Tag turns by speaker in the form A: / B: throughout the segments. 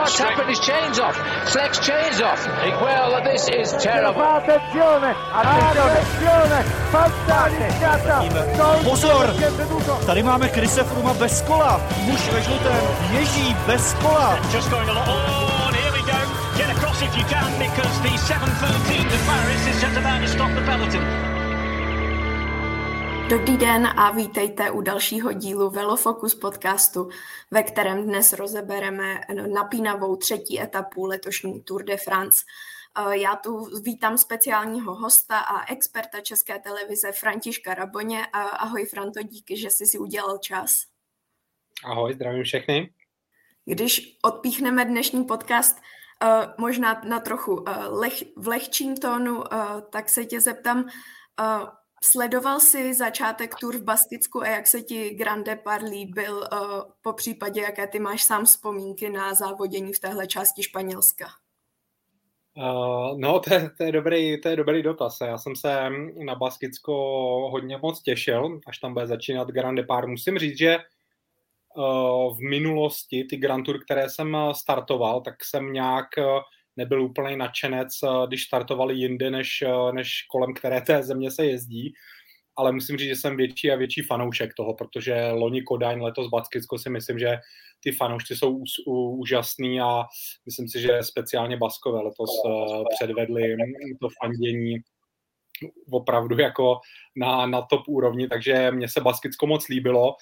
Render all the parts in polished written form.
A: what's happened? His chain's off. Fleck's chain's off. Well, this is terrible.
B: Attenzione!
C: Pozor! Tady máme Chrise Frooma bez kola. Muž ve žlutém ježí bez kola.
D: Just going along. Oh, and here we go. Get across if you can, because the 7:13 of Paris is just about to stop the peloton.
E: Dobrý den a vítejte u dalšího dílu Velofocus podcastu, ve kterém dnes rozebereme napínavou třetí etapu letošní Tour de France. Já tu vítám speciálního hosta a experta České televize Františka Raboně. Ahoj Franto, díky, že jsi si udělal čas.
F: Ahoj, zdravím všechny.
E: Když odpíchneme dnešní podcast možná na trochu v lehčím tónu, tak se tě zeptám, sledoval jsi začátek Tour v Baskicku a jak se ti Grand Départ líbil, po případě jaké ty máš sám vzpomínky na závodění v téhle části Španělska?
F: No, to je dobrý dotaz. Já jsem se na Baskicko hodně moc těšil, až tam bude začínat Grand Départ. Musím říct, že v minulosti ty Grand Tour, které jsem startoval, tak jsem nějak nebyl úplný nadšenec, když startovali jinde, než kolem které té země se jezdí. Ale musím říct, že jsem větší a větší fanoušek toho, protože loni Kodaň, letos Baskicko si myslím, že ty fanoušci jsou úžasný a myslím si, že speciálně Baskové letos předvedli to fandění opravdu jako na top úrovni, takže mně se Baskicko moc líbilo.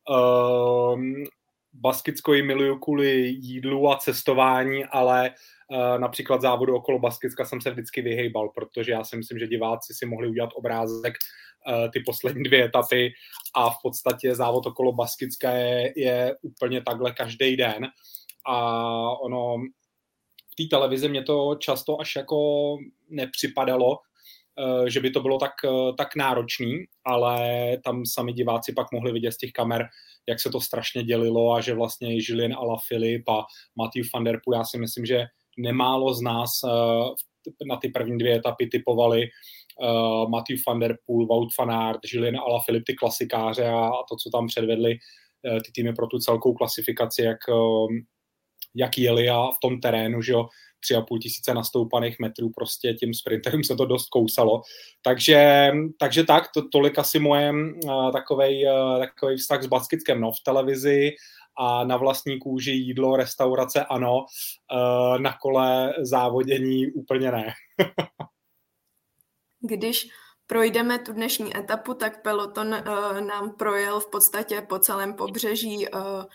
F: Baskicko ji miluju kvůli jídlu a cestování, ale například závodu okolo Baskicka jsem se vždycky vyhejbal, protože já si myslím, že diváci si mohli udělat obrázek ty poslední 2 etapy a v podstatě závod okolo Baskicka je úplně takhle každý den a ono v té televizi mě to často až jako nepřipadalo, že by to bylo tak náročný, ale tam sami diváci pak mohli vidět z těch kamer, jak se to strašně dělilo a že vlastně Julien Alaphilippe a Mathieu van der Poel, já si myslím, že nemálo z nás na ty první 2 etapy typovali Mathieu van der Poel, Wout van Aert, Julien Alaphilippe, ty klasikáře a to, co tam předvedli ty týmy pro tu celkou klasifikaci, jak jeli a v tom terénu, že jo, 3,5 tisíce nastoupaných metrů, prostě tím sprinterem se to dost kousalo. Takže tak, tolik asi moje takovej vztah s Baskickem, no, v televizi a na vlastní kůži jídlo, restaurace ano, na kole závodění úplně ne.
E: Když projdeme tu dnešní etapu, tak peloton nám projel v podstatě po celém pobřeží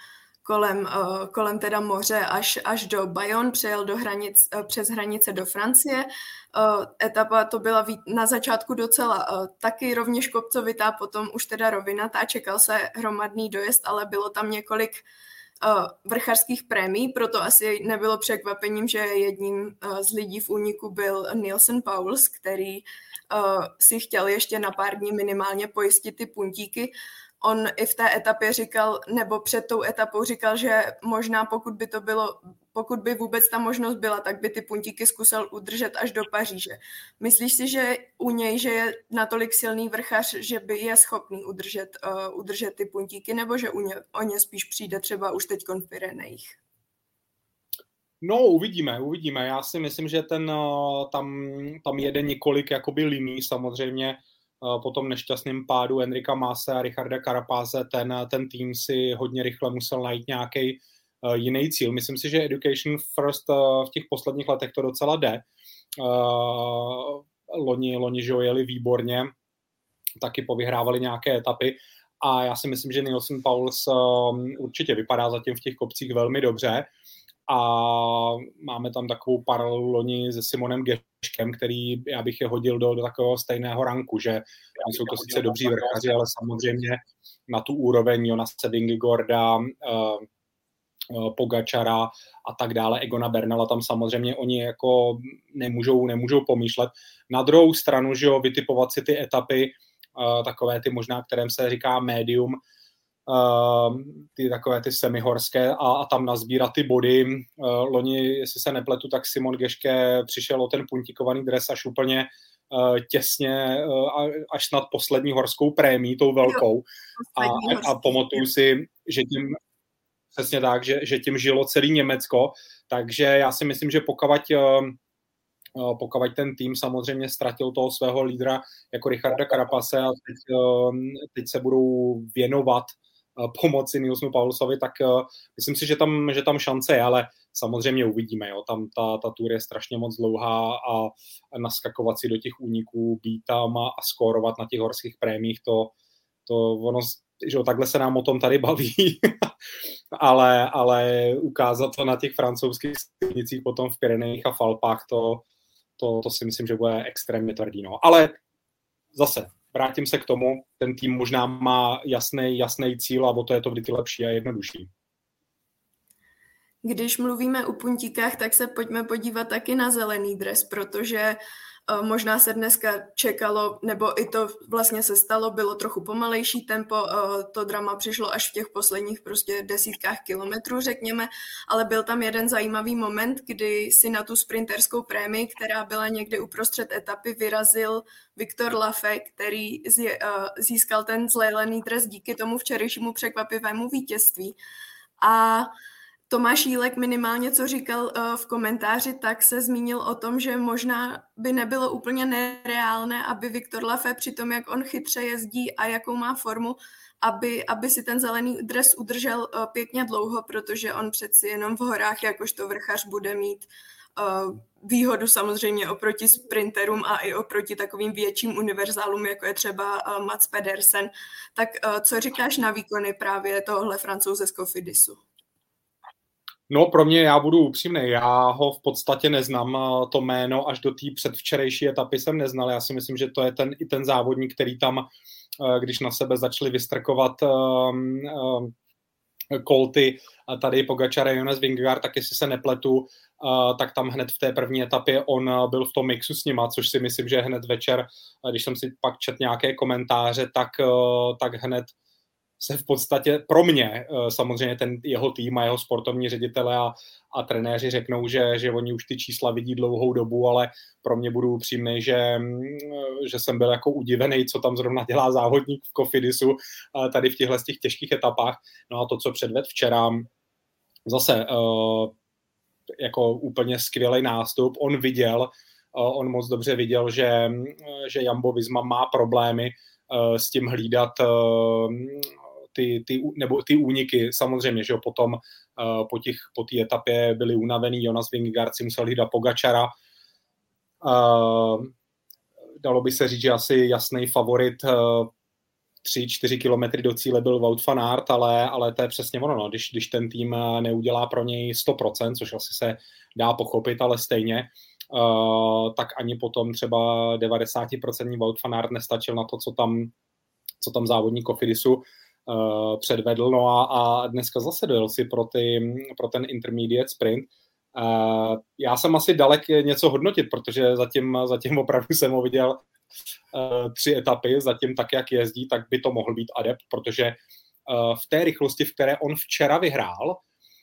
E: kolem teda moře až do Bayonne, přejel přes hranice do Francie. Etapa to byla na začátku docela taky rovněž kopcovitá, potom už teda rovinatá, čekal se hromadný dojezd, ale bylo tam několik vrchařských prémií, proto asi nebylo překvapením, že jedním z lidí v úniku byl Neilson Powless, který si chtěl ještě na pár dní minimálně pojistit ty puntíky. On i v té etapě říkal, nebo před tou etapou říkal, že možná pokud by vůbec ta možnost byla, tak by ty puntíky zkusil udržet až do Paříže. Myslíš si, že u něj, že je natolik silný vrchař, že by je schopný udržet ty puntíky, nebo že o ně spíš přijde třeba už teď v Pyrenejích?
F: No, uvidíme. Já si myslím, že tam jede několik jakoby liní, samozřejmě po tom nešťastném pádu Enrika Mase a Richarda Carapáze ten tým si hodně rychle musel najít nějaký jiný cíl. Myslím si, že Education First v těch posledních letech to docela jde. Loni že jeli výborně, taky povyhrávali nějaké etapy a já si myslím, že Neilson Powless určitě vypadá zatím v těch kopcích velmi dobře. A máme tam takovou paralelu loni se Simonem Geschkem, který já bych je hodil do takového stejného ranku, že jsou to sice dobří vrchaři, ale samozřejmě na tu úroveň Jonase Vingegaarda, Pogačara a tak dále, Egona Bernala, tam samozřejmě oni jako nemůžou pomýšlet. Na druhou stranu, že jo, vytipovat si ty etapy, takové ty možná, kterým se říká medium, ty takové ty semihorské a tam nazbírat ty body. Loni, jestli se nepletu, tak Simon Geschke přišel o ten puntíkovaný dres až úplně těsně, až nad poslední horskou prémií, tou velkou. A pamatuju si, že tím přesně tak, že tím žilo celý Německo, takže já si myslím, že pokud ten tým samozřejmě ztratil toho svého lídra jako Richarda Carapase a teď se budou věnovat pomoci Nilsu Paulusovi, tak myslím si, že tam šance je, ale samozřejmě uvidíme. Jo. Tam ta tour je strašně moc dlouhá a naskakovat si do těch úniků, být tam a skórovat na těch horských prémích, to ono, že takhle se nám o tom tady baví, ale ukázat to na těch francouzských silnicích potom v Pyrenejích a v Alpách, to si myslím, že bude extrémně tvrdý. No. Ale zase, vrátím se k tomu, ten tým možná má jasný cíl a o to je to vždycky lepší a jednodušší.
E: Když mluvíme o puntíkách, tak se pojďme podívat taky na zelený dres, protože možná se dneska čekalo, nebo i to vlastně se stalo, bylo trochu pomalejší tempo, to drama přišlo až v těch posledních prostě desítkách kilometrů, řekněme, ale byl tam jeden zajímavý moment, kdy si na tu sprinterskou prémii, která byla někdy uprostřed etapy, vyrazil Viktor Lafay, který získal ten zelený dres díky tomu včerejšímu překvapivému vítězství. A Tomáš Jílek minimálně, co říkal v komentáři, tak se zmínil o tom, že možná by nebylo úplně nereálné, aby Viktor Lafay při tom, jak on chytře jezdí a jakou má formu, aby si ten zelený dres udržel pěkně dlouho, protože on přeci jenom v horách jakožto vrchař bude mít výhodu samozřejmě oproti sprinterům a i oproti takovým větším univerzálům, jako je třeba Mats Pedersen. Tak co říkáš na výkony právě tohohle Francouze z Cofidisu?
F: No pro mě, já budu upřímný, já ho v podstatě neznám, to jméno až do té předvčerejší etapy jsem neznal, já si myslím, že to je ten závodník, který tam, když na sebe začali vystrkovat kolty tady Pogačar a Jonas Vingegaard, tak jestli se nepletu, tak tam hned v té první etapě on byl v tom mixu s nima, což si myslím, že hned večer, když jsem si pak četl nějaké komentáře, tak hned se v podstatě pro mě, samozřejmě ten jeho tým a jeho sportovní ředitele a trenéři řeknou, že oni už ty čísla vidí dlouhou dobu, ale pro mě budu upřímnej, že jsem byl jako udivený, co tam zrovna dělá závodník v Cofidisu tady v těchto těch těžkých etapách. No a to, co předvedl včera, zase jako úplně skvělý nástup. On moc dobře viděl, že Jumbo Visma má problémy s tím hlídat ty úniky, samozřejmě, že potom po té etapě byli unavený, Jonas Vingegaard si musel hlídat Pogačara. Dalo by se říct, že asi jasný favorit 3-4 kilometry do cíle byl Wout van Aert, ale to je přesně ono, no. Když ten tým neudělá pro něj 100%, což asi se dá pochopit, ale stejně, tak ani potom třeba 90% Wout van Aert nestačil na to, co tam závodník Cofidisu předvedl. No a dneska zase dojel si pro ten intermediate sprint. Já jsem asi dalek něco hodnotit, protože zatím opravdu jsem ho viděl 3 etapy, zatím tak, jak jezdí, tak by to mohl být adept, protože v té rychlosti, v které on včera vyhrál,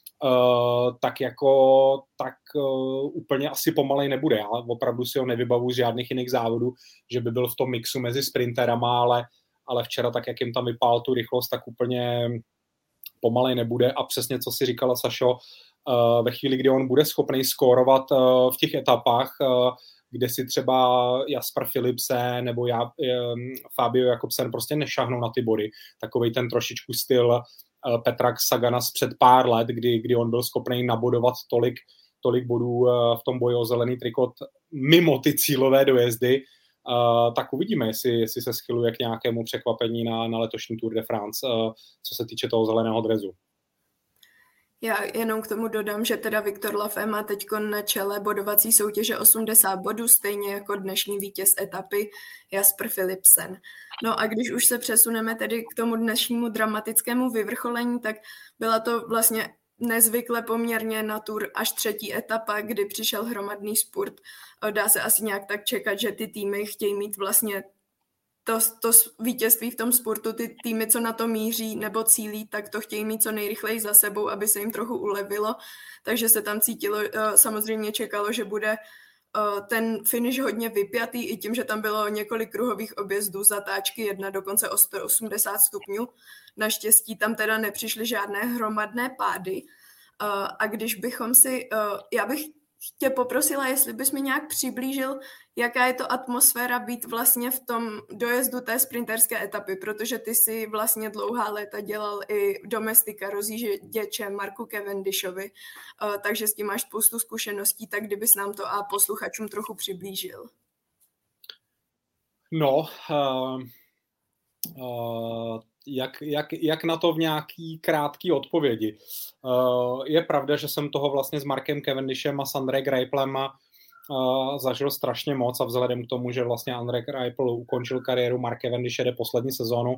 F: tak úplně asi pomalej nebude. Já opravdu si ho nevybavu z žádných jiných závodů, že by byl v tom mixu mezi sprinterama, ale včera tak, jak jim tam vypál tu rychlost, tak úplně pomalej nebude. A přesně, co si říkala, Sašo, ve chvíli, kdy on bude schopný skórovat v těch etapách, kde si třeba Jasper Philipsen nebo Fabio Jakobsen prostě nešahnou na ty body. Takovej ten trošičku styl Petra Sagana z před pár let, kdy on byl schopný nabodovat tolik bodů v tom boji o zelený trikot mimo ty cílové dojezdy, tak uvidíme, jestli se schyluje k nějakému překvapení na letošní Tour de France, co se týče toho zeleného dresu.
E: Já jenom k tomu dodám, že teda Viktor Lafay má teď na čele bodovací soutěže 80 bodů, stejně jako dnešní vítěz etapy Jasper Philipsen. No a když už se přesuneme tedy k tomu dnešnímu dramatickému vyvrcholení, tak byla to vlastně nezvykle poměrně na Tour až 3. etapa, kdy přišel hromadný spurt. Dá se asi nějak tak čekat, že ty týmy chtějí mít vlastně to vítězství v tom sportu, ty týmy, co na to míří nebo cílí, tak to chtějí mít co nejrychleji za sebou, aby se jim trochu ulevilo. Takže se tam cítilo, samozřejmě čekalo, že bude ten finish hodně vypjatý i tím, že tam bylo několik kruhových objezdů, zatáčky, jedna dokonce o 180 stupňů. Naštěstí tam teda nepřišly žádné hromadné pády. A když bychom si... Já bych tě poprosila, jestli bys mi nějak přiblížil, jaká je to atmosféra být vlastně v tom dojezdu té sprinterské etapy, protože ty si vlastně dlouhá léta dělal i domestika rozjížděče Marku Cavendishovi, takže s tím máš spoustu zkušeností, tak kdybys nám to a posluchačům trochu přiblížil.
F: No, jak na to v nějaký krátký odpovědi. Je pravda, že jsem toho vlastně s Markem Cavendishem a s André Greipelem zažil strašně moc a vzhledem k tomu, že vlastně André Greipel ukončil kariéru, Mark Cavendish jede poslední sezónu,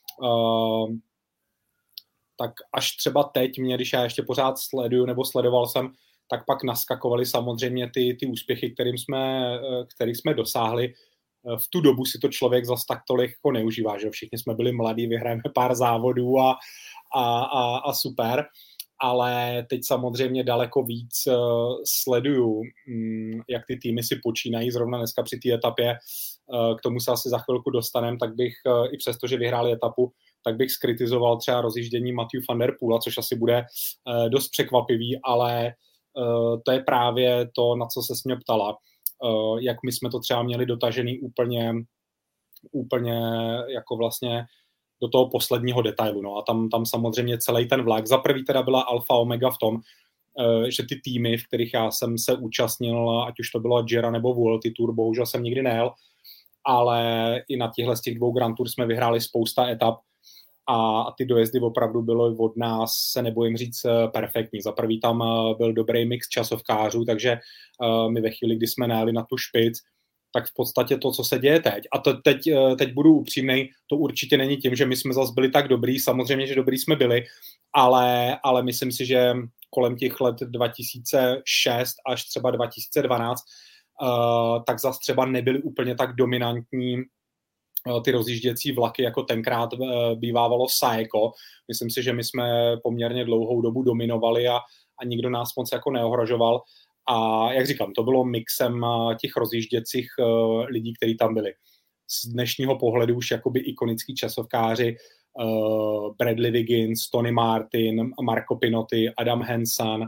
F: tak až třeba teď mě, když já ještě pořád sleduju nebo sledoval jsem, tak pak naskakovaly samozřejmě ty úspěchy, kterých jsme dosáhli. V tu dobu si to člověk zas tak tolik jako neužívá, že všichni jsme byli mladí, vyhrajeme pár závodů a super, ale teď samozřejmě daleko víc sleduju, jak ty týmy si počínají, zrovna dneska při té etapě, k tomu se asi za chvilku dostanem, tak bych i přesto, že vyhráli etapu, tak bych skritizoval třeba rozjíždění Matthew van der Poola, což asi bude dost překvapivý, ale to je právě to, na co se mě ptala, jak my jsme to třeba měli dotažený úplně jako vlastně do toho posledního detailu. No a tam samozřejmě celý ten vlak. Za prvý teda byla alfa omega v tom, že ty týmy, v kterých já jsem se účastnil, ať už to bylo Giro nebo Vuelta Tour, bohužel jsem nikdy nejel, ale i na těchto z těch dvou Grand Tour jsme vyhráli spousta etap a ty dojezdy opravdu bylo od nás, se nebojím říct, perfektní. Za prvý tam byl dobrý mix časovkářů, takže my ve chvíli, kdy jsme najeli na tu špic, tak v podstatě to, co se děje teď. A teď budu upřímnej, to určitě není tím, že my jsme zase byli tak dobrý, samozřejmě, že dobrý jsme byli, ale myslím si, že kolem těch let 2006 až třeba 2012 tak zase třeba nebyly úplně tak dominantní ty rozjížděcí vlaky, jako tenkrát bývávalo Saeco. Myslím si, že my jsme poměrně dlouhou dobu dominovali a nikdo nás moc jako neohrožoval. A jak říkám, to bylo mixem těch rozjížděcích lidí, kteří tam byli. Z dnešního pohledu už jakoby ikonický časovkáři Bradley Wiggins, Tony Martin, Marco Pinotti, Adam Hansen,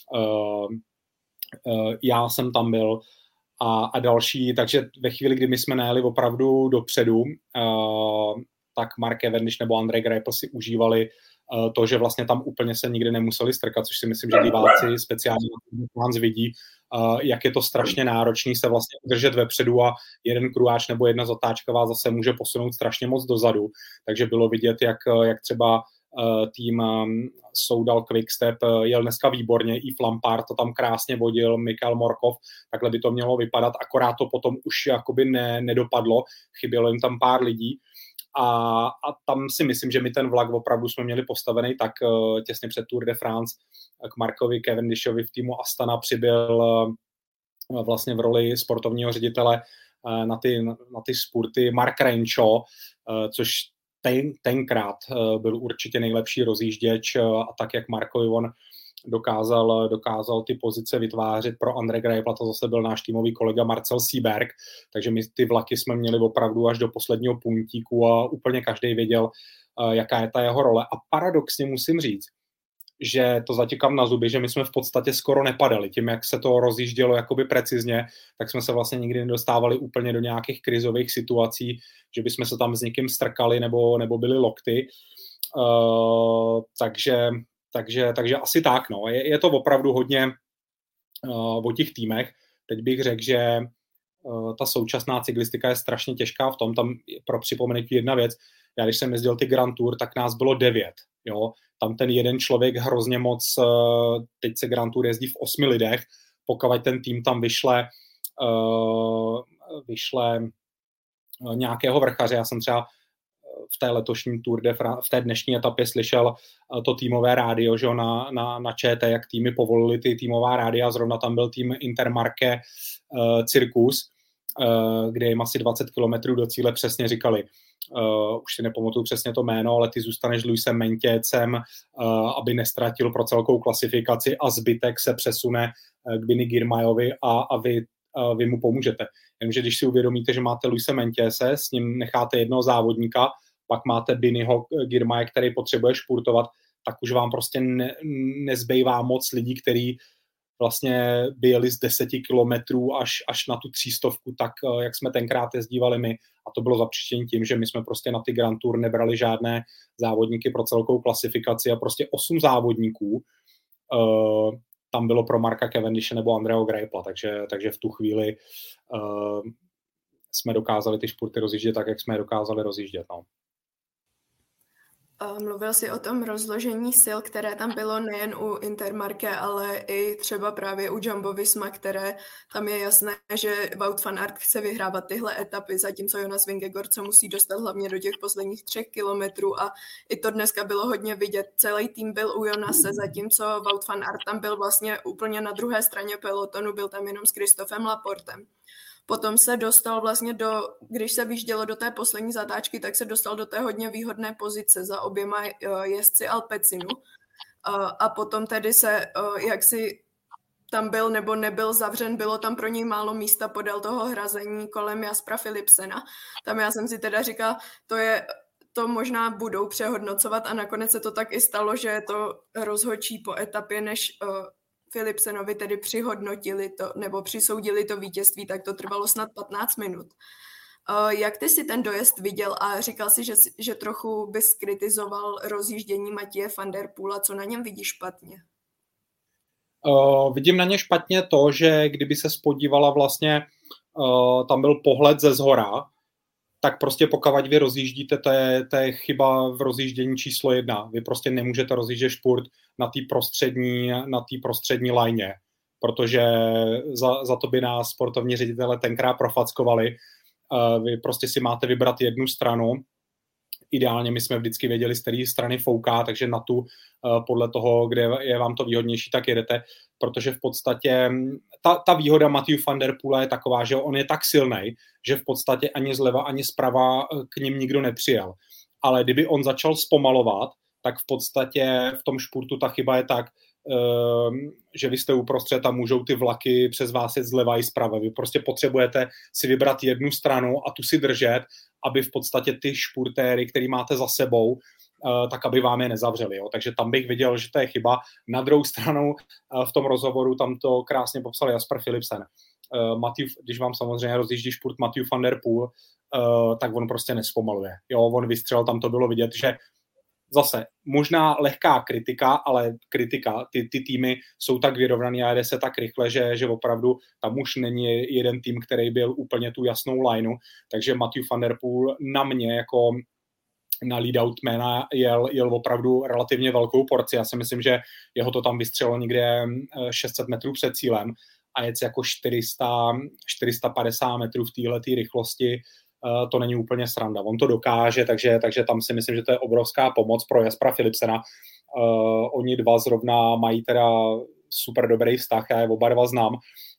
F: já jsem tam byl a další, takže ve chvíli, kdy my jsme najeli opravdu dopředu, tak Mark Cavendish nebo André Greipel si užívali to, že vlastně tam úplně se nikdy nemuseli strkat, což si myslím, že diváci speciálně Hans vidí, jak je to strašně náročný se vlastně udržet vepředu a jeden kruháč nebo jedna zatáčka vás zase může posunout strašně moc dozadu. Takže bylo vidět, jak třeba tým Soudal Quickstep jel dneska výborně, i Lampard to tam krásně vodil, Michael Morkov, takhle by to mělo vypadat, akorát to potom už jakoby nedopadlo, chybělo jim tam pár lidí. A tam si myslím, že my ten vlak opravdu jsme měli postavený tak těsně před Tour de France k Markovi Cavendishovi v týmu Astana přibyl vlastně v roli sportovního ředitele na ty spurty Mark Renshaw, což tenkrát byl určitě nejlepší rozjížděč a tak, jak Markovi on dokázal ty pozice vytvářet pro André Greipela, to zase byl náš týmový kolega Marcel Seeberg, takže my ty vlaky jsme měli opravdu až do posledního puntíku a úplně každý věděl, jaká je ta jeho role. A paradoxně musím říct, že to zatíkám na zuby, že my jsme v podstatě skoro nepadali. Tím, jak se to rozjíždělo jakoby precizně, tak jsme se vlastně nikdy nedostávali úplně do nějakých krizových situací, že bychom se tam s někým strkali nebo byli lokty. Takže asi tak, no. Je to opravdu hodně o těch týmech. Teď bych řekl, že ta současná cyklistika je strašně těžká v tom, tam pro připomenutí jedna věc, já když jsem jezdil ty Grand Tour, tak nás bylo 9, jo. Tam ten jeden člověk hrozně moc, teď se Grand Tour jezdí v 8 lidech, pokud ten tým tam vyšle nějakého vrchaře, já jsem třeba v té letošní Tour de France, v té dnešní etapě slyšel to týmové rádio, že na ČT, jak týmy povolili ty týmová rádia, zrovna tam byl tým Intermarché Circus, kde jim asi 20 kilometrů do cíle přesně říkali, už si nepamatuju přesně to jméno, ale ty zůstaneš Luisem Mentěcem, aby nestratil pro celkou klasifikaci a zbytek se přesune k Bini Girmayovi a vy vy mu pomůžete. Jenomže když si uvědomíte, že máte Luise Meintjese, s ním necháte jednoho závodníka, pak máte Biniho Girmaye, který potřebuje špurtovat, tak už vám prostě nezbývá moc lidí, který vlastně by jeli z 10 kilometrů až na tu 300, tak jak jsme tenkrát jezdívali my. A to bylo zapříčení tím, že my jsme prostě na ty Grand Tour nebrali žádné závodníky pro celkou klasifikaci a prostě 8 závodníků tam bylo pro Marka Cavendishe nebo Andreho Greipla, takže v tu chvíli jsme dokázali ty špurty rozjíždět tak, jak jsme je dokázali rozjíždět. No.
E: Mluvil jsi o tom rozložení sil, které tam bylo nejen u Intermarke, ale i třeba právě u Jumbo Visma, které tam je jasné, že Wout van Aert chce vyhrávat tyhle etapy, zatímco Jonas Vingegaard se musí dostat hlavně do těch posledních 3 kilometrů a i to dneska bylo hodně vidět. Celý tým byl u Jonase, zatímco Wout van Aert tam byl vlastně úplně na druhé straně pelotonu, byl tam jenom s Christophem Laportem. Potom se dostal vlastně když se vyjíždělo do té poslední zatáčky, tak se dostal do té hodně výhodné pozice za oběma jezdci Alpecinu. A potom tedy se, jak si tam byl nebo nebyl zavřen, bylo tam pro něj málo místa podél toho hrazení kolem Jaspera Philipsena. Tam já jsem si teda říkala, to možná budou přehodnocovat a nakonec se to tak i stalo, že to rozhodčí po etapě, než Philipsenovi tedy přihodnotili to, nebo přisoudili to vítězství, tak to trvalo snad 15 minut. Jak ty si ten dojezd viděl a říkal si, že trochu bys kritizoval rozjíždění Mathieu van der Poela, co na něm vidíš špatně?
F: Vidím na ně špatně to, že kdyby se spodívala vlastně, tam byl pohled ze zhora, tak prostě pokud vy rozjíždíte, to je chyba v rozjíždění číslo 1. Vy prostě nemůžete rozjíždět špurt na té prostřední lajně, protože za to by nás sportovní ředitele tenkrát profackovali. Vy prostě si máte vybrat jednu stranu. Ideálně my jsme vždycky věděli, z které strany fouká, takže na tu podle toho, kde je vám to výhodnější, tak jedete, protože v podstatě ta výhoda Mathieu van der Poela je taková, že on je tak silnej, že v podstatě ani zleva, ani zprava k ním nikdo nepřijel. Ale kdyby on začal zpomalovat, tak v podstatě v tom špurtu ta chyba je tak, že vy jste uprostřed a můžou ty vlaky přes vás jet zleva i zprava. Vy prostě potřebujete si vybrat jednu stranu a tu si držet, aby v podstatě ty špurtéry, který máte za sebou, tak aby vám je nezavřeli. Jo. Takže tam bych viděl, že to je chyba. Na druhou stranu v tom rozhovoru tam to krásně popsal Jasper Philipsen. Když vám samozřejmě rozjíždí špurt Mathieu van der Poel, tak on prostě nespomaluje. Jo, on vystřelil, tam to bylo vidět, že zase možná lehká kritika, ale kritika, ty týmy jsou tak vyrovnaný a jede se tak rychle, že opravdu tam už není jeden tým, který byl úplně tu jasnou lineu, takže Mathieu van der Poel na mě jako na lead-out mana jel opravdu relativně velkou porci. Já si myslím, že jeho to tam vystřelilo někde 600 metrů před cílem a jet jako 450 metrů v téhleté rychlosti, to není úplně sranda. On to dokáže, takže tam si myslím, že to je obrovská pomoc pro Jaspera Philipsena. Oni dva zrovna mají teda super dobrý vztah, já je oba dva znám.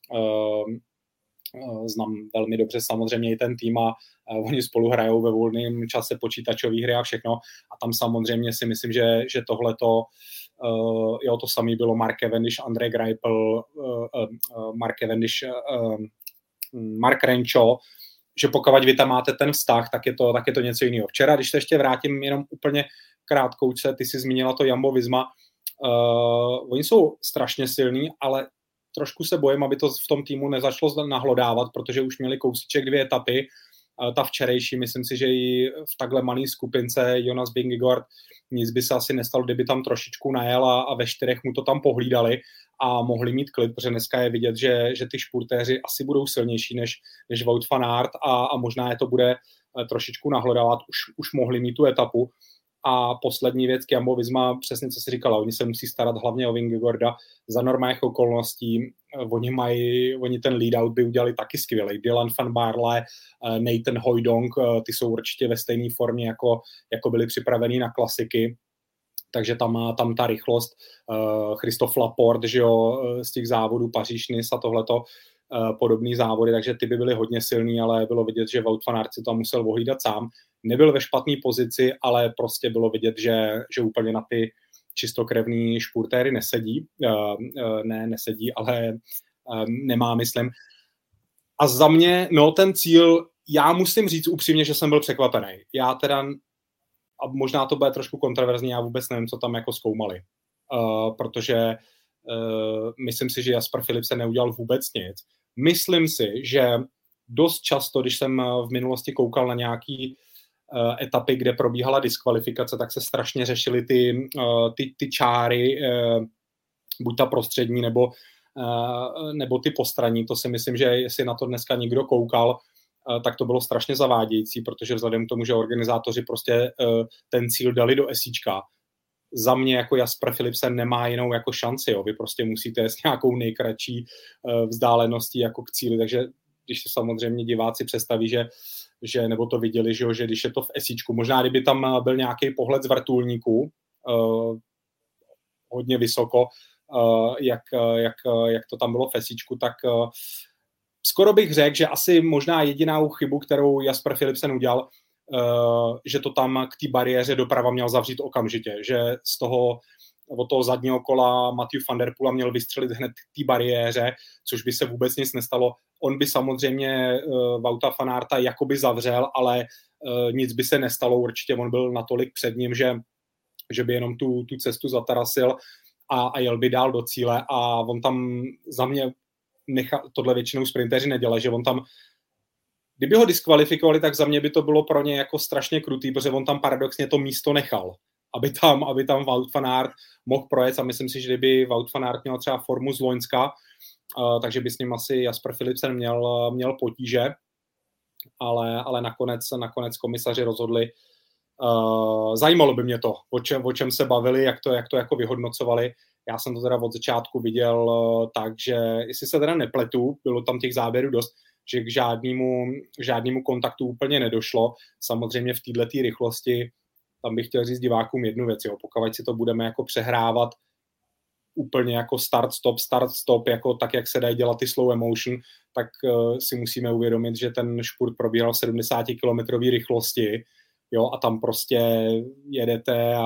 F: Znám velmi dobře samozřejmě i ten tým a oni spolu hrajou ve volném čase počítačové hry a všechno. A tam samozřejmě si myslím, že tohleto, to samé bylo Mark Cavendish, Andrej Greipel, Mark Cavendish, Mark Renshaw, že pokud vy tam máte ten vztah, tak je to něco jiného. Včera, když se ještě vrátím jenom úplně krátkoučce, ty jsi zmínila to Jumbo Visma, oni jsou strašně silní, ale trošku se bojím, aby to v tom týmu nezačalo nahlodávat, protože už měli kousíček 2 etapy. Ta včerejší, myslím si, že i v takhle malé skupince Jonas Vingegaard nic by se asi nestalo, kdyby tam trošičku najel a ve 4 mu to tam pohlídali a mohli mít klid, protože dneska je vidět, že ty špurtéři asi budou silnější než Wout van Aert a možná je to bude trošičku nahlodávat, už mohli mít tu etapu. A poslední věc, Jumbo Visma, přesně co jsi říkala, oni se musí starat hlavně o Vingegaarda za normálních okolností. Oni ten lead-out by udělali taky skvělej. Dylan van Baarle, Nathan Hooydonk, ty jsou určitě ve stejné formě, jako byli připravení na klasiky. Takže tam ta rychlost, Christophe Laporte, že jo, z těch závodů Paříž-Nice a tohleto, podobný závody, takže ty by byly hodně silný, ale bylo vidět, že Wout van Aert si to musel ohlídat sám. Nebyl ve špatné pozici, ale prostě bylo vidět, že úplně na ty čistokrevný špurtéry nesedí. Nesedí, ale nemá, myslím. A za mě, no ten cíl, já musím říct upřímně, že jsem byl překvapený. Já teda, a možná to bude trošku kontroverzní, já vůbec nevím, co tam jako zkoumali. Protože myslím si, že Jasper Philipsen neudělal vůbec nic. Myslím si, že dost často, když jsem v minulosti koukal na nějaký etapy, kde probíhala diskvalifikace, tak se strašně řešily ty čáry, buď ta prostřední, nebo ty postranní. To si myslím, že jestli na to dneska někdo koukal, tak to bylo strašně zavádějící, protože vzhledem k tomu, že organizátoři prostě ten cíl dali do esíčka, za mě jako Jasper Philipsen nemá jinou jako šanci. Jo. Vy prostě musíte jít s nějakou nejkratší vzdáleností jako k cíli, takže když se samozřejmě diváci představí, že nebo to viděli, že když je to v esíčku, možná kdyby tam byl nějaký pohled z vrtulníku, hodně vysoko, jak to tam bylo v esíčku, tak skoro bych řekl, že asi možná jedinou chybu, kterou Jasper Philipsen udělal, že to tam k té bariéře doprava měl zavřít okamžitě, že od toho zadního kola Matthew van der Poela měl vystřelit hned k té bariéře, což by se vůbec nic nestalo. On by samozřejmě Wouta van Aerta jakoby zavřel, ale nic by se nestalo, určitě on byl natolik před ním, že by jenom tu cestu zatarasil a jel by dál do cíle a on tam za mě tohle většinou sprinteři nedělají, že on tam, kdyby ho diskvalifikovali, tak za mě by to bylo pro ně jako strašně krutý, protože on tam paradoxně to místo nechal, aby tam Wout van Aert mohl projet a myslím si, že kdyby Wout van Aert měl třeba formu z loňska, takže by s ním asi Jasper Philipsen měl potíže, ale nakonec komisaři rozhodli. Zajímalo by mě to, o čem se bavili, jak to jako vyhodnocovali. Já jsem to teda od začátku viděl tak, že jestli se teda nepletu, bylo tam těch záběrů dost, že k žádnému kontaktu úplně nedošlo. Samozřejmě v této rychlosti, tam bych chtěl říct divákům jednu věc, jo, pokud si to budeme jako přehrávat úplně jako start-stop, jako tak, jak se dají dělat ty slow emotion, tak si musíme uvědomit, že ten špurt probíhal v 70 km rychlosti, jo, a tam prostě jedete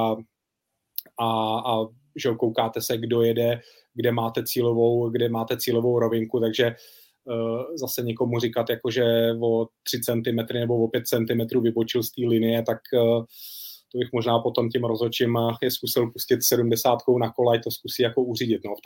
F: a že koukáte se, kdo jede, kde máte cílovou rovinku, takže zase někomu říkat, jako, že o 3 cm nebo o 5 cm vybočil z té linie, tak to bych možná potom tím rozhodčím je zkusil pustit 70 na kola, a to zkusí jako uřídit, no,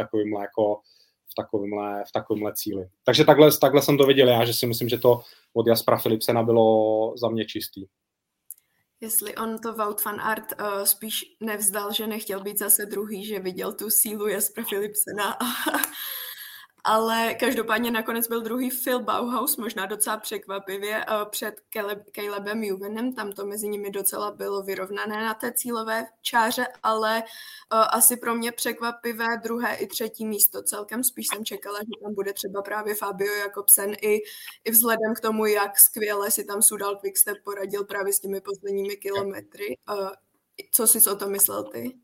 F: v takovémhle cíli. Takže takhle jsem to viděl já, že si myslím, že to od Jaspera Philipsena bylo za mě čistý.
E: Jestli on to Wout van Aert spíš nevzdal, že nechtěl být zase druhý, že viděl tu sílu Jaspera Philipsena. Ale každopádně nakonec byl druhý Phil Bauhaus, možná docela překvapivě, před Calebem Juvenem. Tam to mezi nimi docela bylo vyrovnané na té cílové čáře, ale asi pro mě překvapivé druhé i třetí místo. Celkem spíš jsem čekala, že tam bude třeba právě Fabio Jakobsen i vzhledem k tomu, jak skvěle si tam Soudal Quickstep poradil právě s těmi posledními kilometry. Co jsi o tom myslel ty?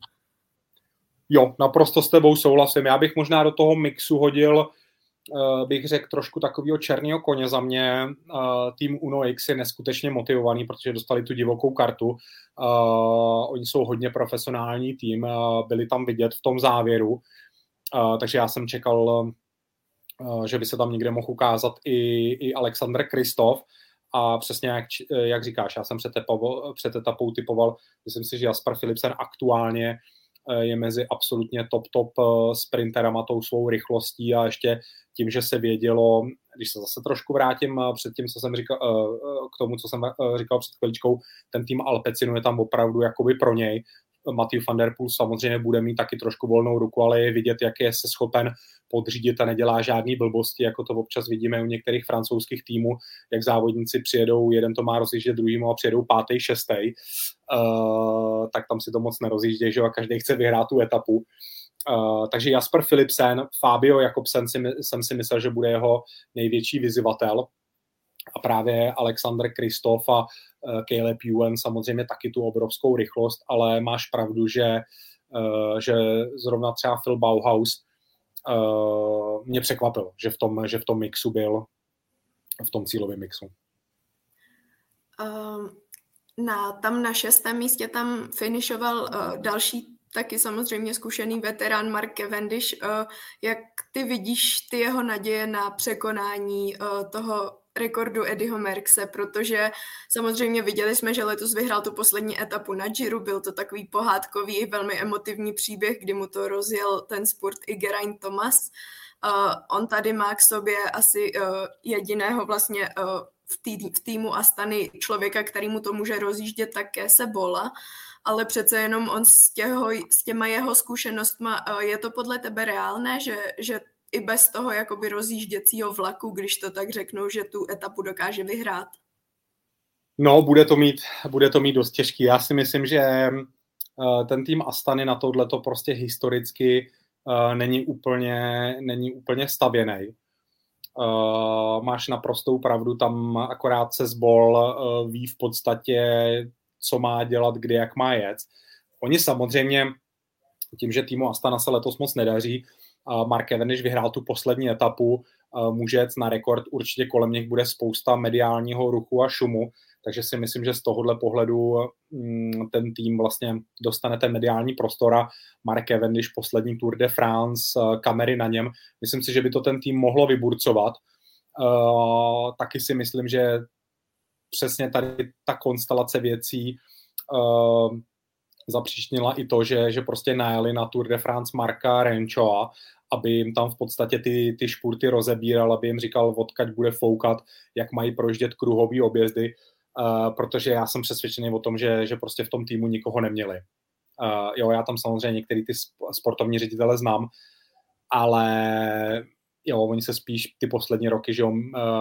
F: Jo, naprosto s tebou souhlasím. Já bych možná do toho mixu hodil, bych řekl, trošku takového černého koně za mě. Tým Uno X je neskutečně motivovaný, protože dostali tu divokou kartu. Oni jsou hodně profesionální tým, byli tam vidět v tom závěru, takže já jsem čekal, že by se tam někde mohl ukázat i Alexander Kristoff. A přesně jak říkáš, já jsem před etapou typoval, myslím si, že Jasper Philipsen aktuálně je mezi absolutně top sprinterama tou svou rychlostí a ještě tím, že se vědělo, když se zase trošku vrátím před tím, co jsem říkal, k tomu, co jsem říkal před chviličkou, ten tým Alpecinu je tam opravdu jakoby pro něj. Matthew van der Poel samozřejmě bude mít taky trošku volnou ruku, ale je vidět, jak je se schopen podřídit a nedělá žádný blbosti, jako to občas vidíme u některých francouzských týmů, jak závodníci přijedou, jeden to má rozjíždět druhýmu a přijedou 5., 6., tak tam si to moc nerozjíždějí, že a každý chce vyhrát tu etapu. Takže Jasper Philipsen, Fabio Jakobsen jsem si myslel, že bude jeho největší vyzývatel a právě Alexander Kristoff a Caleb Ewan samozřejmě taky tu obrovskou rychlost, ale máš pravdu, že zrovna třeba Phil Bauhaus mě překvapil, že v tom mixu byl, v tom cílovém mixu.
E: Tam na 6. místě tam finišoval další taky samozřejmě zkušený veterán Mark Cavendish. Jak ty vidíš ty jeho naděje na překonání toho rekordu Eddieho Merckxe, protože samozřejmě viděli jsme, že letos vyhrál tu poslední etapu na Giro, byl to takový pohádkový, velmi emotivní příběh, kdy mu to rozjel ten sport i Geraint Thomas. On tady má k sobě asi jediného vlastně v týmu Astany člověka, který mu to může rozjíždět, také Sebola, ale přece jenom on s těma jeho zkušenostma, je to podle tebe reálné, že i bez toho jakoby rozjížděcího vlaku, když to tak řeknou, že tu etapu dokáže vyhrát?
F: No, bude to mít dost těžký. Já si myslím, že ten tým Astany na tohleto prostě historicky není úplně stavěnej. Máš naprostou pravdu, tam akorát Sesbol ví v podstatě, co má dělat, kdy, jak má jet. Oni samozřejmě, tím, že týmu Astana se letos moc nedaří, Mark Cavendish vyhrál tu poslední etapu, může jet na rekord, určitě kolem nich bude spousta mediálního ruchu a šumu, takže si myslím, že z tohohle pohledu ten tým vlastně dostane ten mediální prostor a Mark Cavendish, poslední Tour de France, kamery na něm. Myslím si, že by to ten tým mohlo vyburcovat. Taky si myslím, že přesně tady ta konstelace věcí zapříčnila i to, že prostě najeli na Tour de France Marka Renchoa, aby jim tam v podstatě ty špurty rozebíral, aby jim říkal, odkud bude foukat, jak mají projíždět kruhový objezdy, protože já jsem přesvědčený o tom, že prostě v tom týmu nikoho neměli. Jo, já tam samozřejmě některý ty sportovní ředitele znám, ale jo, oni se spíš ty poslední roky, že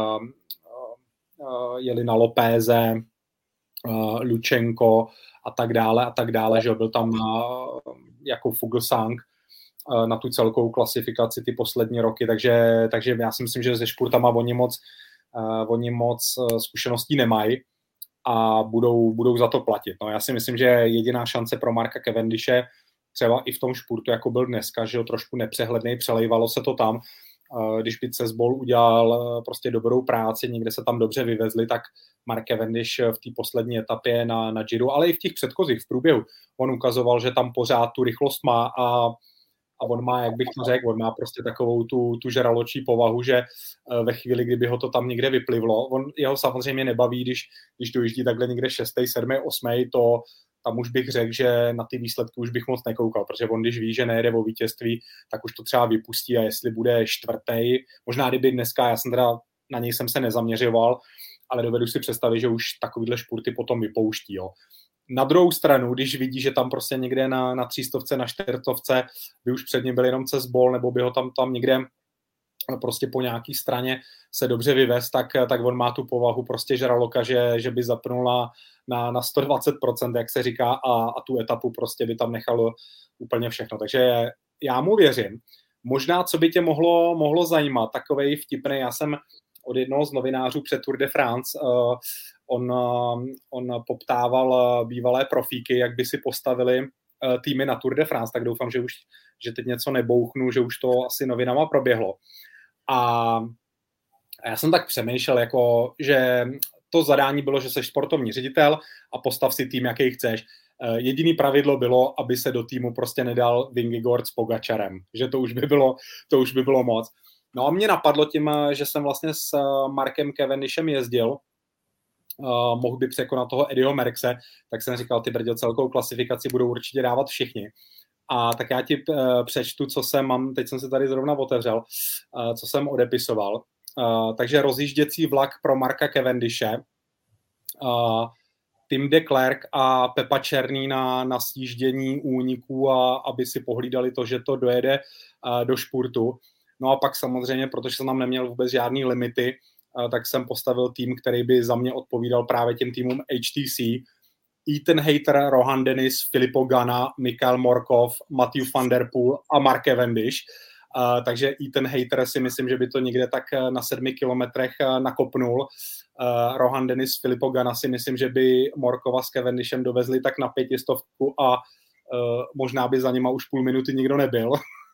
F: jeli na Lopéze, Lučenko a tak dále, že byl tam jako Fuglsang na tu celkovou klasifikaci ty poslední roky, takže já si myslím, že se špurtama oni moc zkušeností nemají a budou za to platit. No, já si myslím, že jediná šance pro Marka Cavendishe třeba i v tom špurtu, jako byl dneska, že trošku nepřehlednej, přelejvalo se to tam, když by Sesbol udělal prostě dobrou práci, někde se tam dobře vyvezli, tak Mark Cavendish v té poslední etapě na Giro, ale i v těch předchozích v průběhu, on ukazoval, že tam pořád tu rychlost má a on má, jak bych to řekl, on má prostě takovou tu žraločí povahu, že ve chvíli, kdyby ho to tam někde vyplivlo, jeho samozřejmě nebaví, když dojíždí takhle někde 6., 7., 8., to tam už bych řekl, že na ty výsledky už bych moc nekoukal, protože on, když ví, že nejede o vítězství, tak už to třeba vypustí a jestli bude 4., možná kdyby dneska, já jsem teda na něj jsem se nezaměřoval, ale dovedu si představit, že už takovýhle špurty potom vypouští. Jo. Na druhou stranu, když vidí, že tam prostě někde na 300, na 400 by už před ním byl jenom Sesbol, nebo by ho tam někde prostě po nějaký straně se dobře vyvez, tak on má tu povahu prostě žraloka, že by zapnul na 120%, jak se říká, a tu etapu prostě by tam nechalo úplně všechno. Takže já mu věřím. Možná, co by tě mohlo zajímat, takovej vtipný, já jsem od jednoho z novinářů před Tour de France, on poptával bývalé profíky, jak by si postavili týmy na Tour de France, tak doufám, že teď něco nebouchnu, že už to asi novinama proběhlo. A já jsem tak přemýšlel, jako, že to zadání bylo, že jsi sportovní ředitel a postav si tým, jaký chceš. Jediný pravidlo bylo, aby se do týmu prostě nedal Vingegaard s Pogačarem, že to už by bylo moc. No a mě napadlo tím, že jsem vlastně s Markem Cavendishem jezdil, mohl by překonat toho Eddieho Merckxe, tak jsem říkal, ty brďo, celkou klasifikaci budou určitě dávat všichni. A tak já ti přečtu, co jsem mám, teď jsem se tady zrovna otevřel, co jsem odepisoval. Takže rozjížděcí vlak pro Marka Cavendishe, Tim de Klerk a Pepa Černý na sjíždění úniků, a aby si pohlídali to, že to dojede do špurtu. No a pak samozřejmě, protože jsem tam neměl vůbec žádný limity, tak jsem postavil tým, který by za mě odpovídal právě těm týmům HTC. Ethan Hayter, Rohan Dennis, Filippo Ganna, Michael Morkov, Mathieu van der Poel a Mark Cavendish. Takže Ethan Hayter si myslím, že by to někde tak na 7 kilometrech nakopnul. Rohan Dennis, Filippo Ganna si myslím, že by Morkova s Cavendishem dovezli tak na 500 a možná by za nima už půl minuty nikdo nebyl.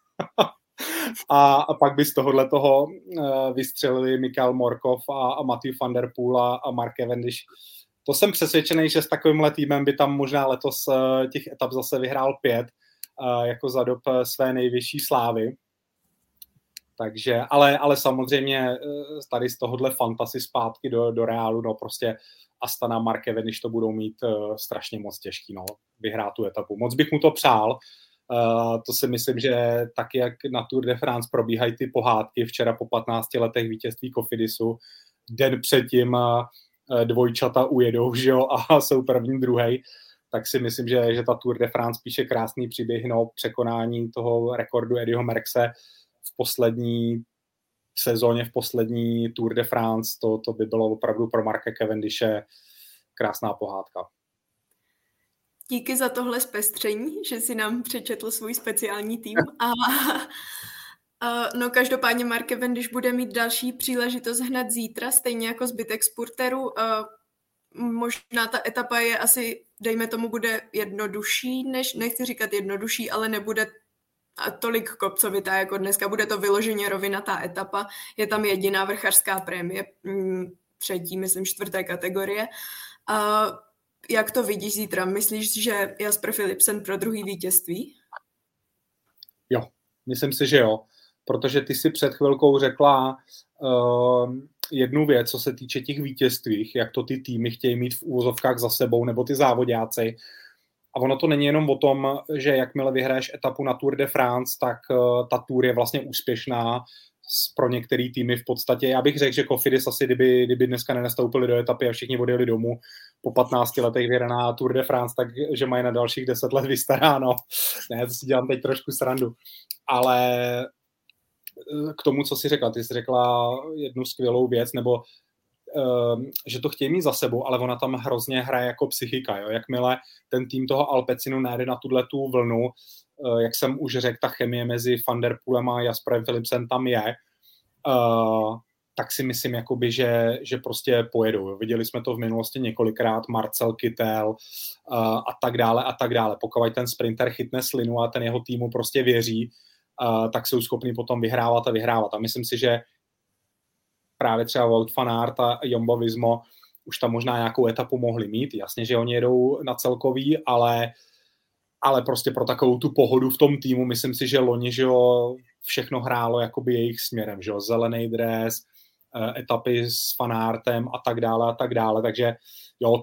F: A pak by z tohohle toho vystřelili Michael Morkov a Mathieu van der Poel a Mark Cavendish. To jsem přesvědčený, že s takovýmhle týmem by tam možná letos těch etap zase vyhrál 5 jako za dob své nejvyšší slávy. Takže, ale samozřejmě tady z tohohle fantasy zpátky do Reálu, no prostě Astana, Mark Cavendish to budou mít strašně moc těžký, no, vyhrát tu etapu. Moc bych mu to přál. To si myslím, že taky jak na Tour de France probíhají ty pohádky, včera po 15 letech vítězství Cofidisu, den předtím dvojčata ujedou, že jo, a jsou první, druhý, tak si myslím, že ta Tour de France píše krásný příběh, no, překonání toho rekordu Eddieho Merckxe v poslední sezóně, v poslední Tour de France, to by bylo opravdu pro Marka Cavendishe krásná pohádka.
E: Díky za tohle zpestření, že si nám přečetl svůj speciální tým. No každopádně Mark Cavendish bude mít další příležitost hned zítra, stejně jako zbytek spurterů. Možná ta etapa je asi, dejme tomu, bude jednodušší, nechci říkat jednodušší, ale nebude tolik kopcovitá jako dneska. Bude to vyloženě rovinatá etapa. Je tam jediná vrchařská prémie, třetí, myslím, 4. kategorie. Jak to vidíš zítra? Myslíš, že Jasper Philipsen pro druhý vítězství?
F: Jo, myslím si, že jo. Protože ty si před chvilkou řekla jednu věc, co se týče těch vítězstvích, jak to ty týmy chtějí mít v úvozovkách za sebou, nebo ty závodáci. A ono to není jenom o tom, že jakmile vyhraješ etapu na Tour de France, tak ta Tour je vlastně úspěšná pro některé týmy v podstatě. Já bych řekl, že Cofidis asi, kdyby dneska nenastoupili do etapy a všichni odjeli domů po 15 letech vyhraná Tour de France, takže mají na dalších 10 let vystaráno. Ne, to si dělám teď trošku srandu. Ale k tomu, co jsi řekla, ty jsi řekla jednu skvělou věc, nebo že to chtějí mít za sebou, ale ona tam hrozně hraje jako psychika. Jo? Jakmile ten tým toho Alpecinu najde na tu vlnu, jak jsem už řekl, ta chemie mezi Van der Poelem a Jasperem Philipsen tam je, tak si myslím, jakoby, že prostě pojedou. Jo? Viděli jsme to v minulosti několikrát, Marcel Kittel a tak dále. Pokud ten sprinter chytne slinu a ten jeho týmu prostě věří, tak jsou schopni potom vyhrávat. A myslím si, že právě třeba Wout van Aert a Jumbo Visma už tam možná nějakou etapu mohli mít. Jasně, že oni jedou na celkový, ale prostě pro takovou tu pohodu v tom týmu, myslím si, že loni, že jo, všechno hrálo jakoby jejich směrem, že jo, zelený dres, etapy s Van Aertem a tak dále, takže jo,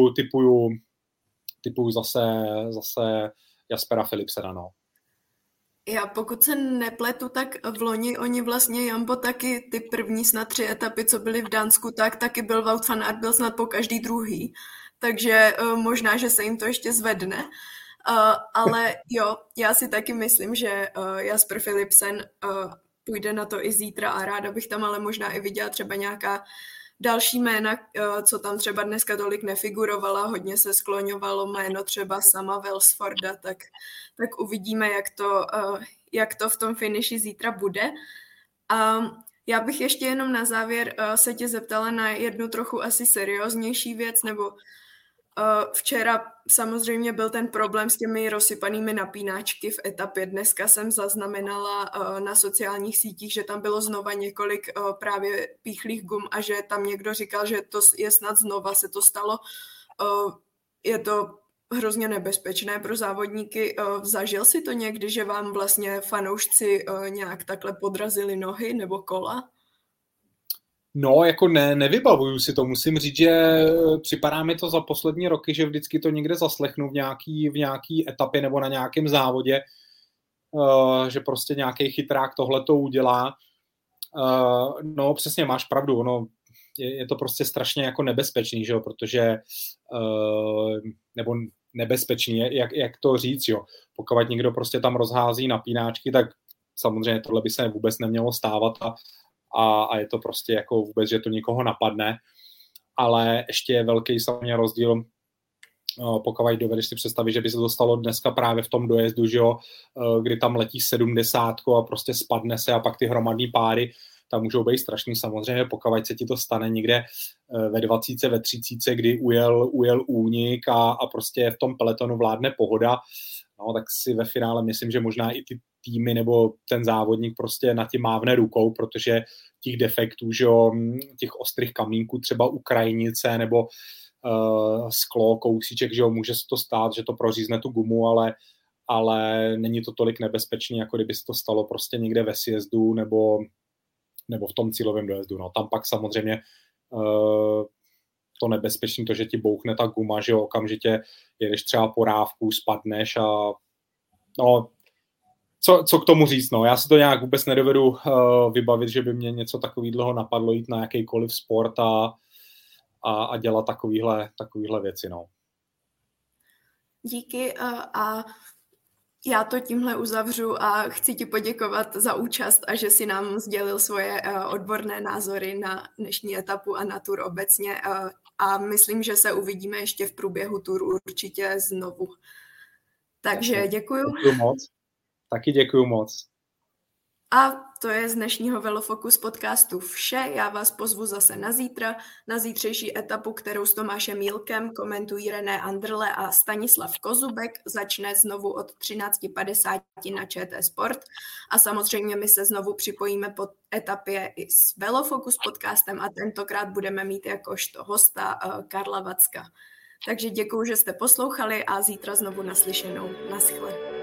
F: typuju zase Jaspera Philipsena, no.
E: Já pokud se nepletu, tak v loni oni vlastně Jumbo taky ty první snad 3 etapy, co byly v Dánsku, tak taky byl Wout van Aert, byl snad po každý druhý. Takže možná, že se jim to ještě zvedne. Ale jo, já si taky myslím, že Jasper Philipsen půjde na to i zítra a ráda bych tam ale možná i viděla třeba nějaká další jména, co tam třeba dneska tolik nefigurovala, hodně se skloňovalo jméno třeba sama Welsforda, tak uvidíme, jak to v tom finiši zítra bude. A já bych ještě jenom na závěr se tě zeptala na jednu trochu asi serióznější věc, nebo včera samozřejmě byl ten problém s těmi rozsypanými napínáčky v etapě. Dneska jsem zaznamenala na sociálních sítích, že tam bylo znova několik právě píchlých gum a že tam někdo říkal, že to je snad znova se to stalo. Je to hrozně nebezpečné pro závodníky. Zažil si to někdy, že vám vlastně fanoušci nějak takhle podrazili nohy nebo kola?
F: No, jako nevybavuju si to, musím říct, že připadá mi to za poslední roky, že vždycky to někde zaslechnu v nějaký etapě nebo na nějakém závodě, že prostě nějaký chytrák tohle to udělá. No, přesně, máš pravdu, no, je to prostě strašně jako nebezpečný, že jo, protože, nebo nebezpečný, jak to říct, jo, pokud někdo prostě tam rozhází napínáčky, tak samozřejmě tohle by se vůbec nemělo stávat a je to prostě jako vůbec, že to někoho napadne, ale ještě je velký samozřejmě rozdíl, pokud dovedeš si představit, že by se to stalo dneska právě v tom dojezdu, že jo, kdy tam letí 70 a prostě spadne se a pak ty hromadný páry tam můžou být strašný samozřejmě, pokud se ti to stane někde ve 20, ve 30, kdy ujel únik a prostě v tom peletonu vládne pohoda, no, tak si ve finále myslím, že možná i ty týmy nebo ten závodník prostě na tím mávne rukou, protože těch defektů, že jo, těch ostrých kamínků, třeba u krajnice nebo sklo, kousíček, že jo, může se to stát, že to prořízne tu gumu, ale ale není to tolik nebezpečný, jako kdyby se to stalo prostě někde ve sjezdu nebo v tom cílovém dojezdu. No, tam pak samozřejmě to nebezpečný, to, že ti bouchne ta guma, že jo, okamžitě jedeš třeba po rávku, spadneš a no, co k tomu říct, no, já si to nějak vůbec nedovedu vybavit, že by mě něco takového napadlo jít na jakýkoliv sport a dělat takovýhle věci, no.
E: Díky a já to tímhle uzavřu a chci ti poděkovat za účast a že si nám sdělil svoje odborné názory na dnešní etapu a na Tour obecně a myslím, že se uvidíme ještě v průběhu Touru určitě znovu. Takže děkuju.
F: Děkuju moc. Taky děkuju moc.
E: A to je z dnešního Velofocus podcastu vše. Já vás pozvu zase na zítra, na zítřejší etapu, kterou s Tomášem Jílkem komentují René Anderle a Stanislav Kozubek. Začne znovu od 13:50 na ČT Sport. A samozřejmě my se znovu připojíme po etapě i s Velofocus podcastem a tentokrát budeme mít jakožto hosta Karla Vacka. Takže děkuju, že jste poslouchali a zítra znovu naslyšenou. Naschle.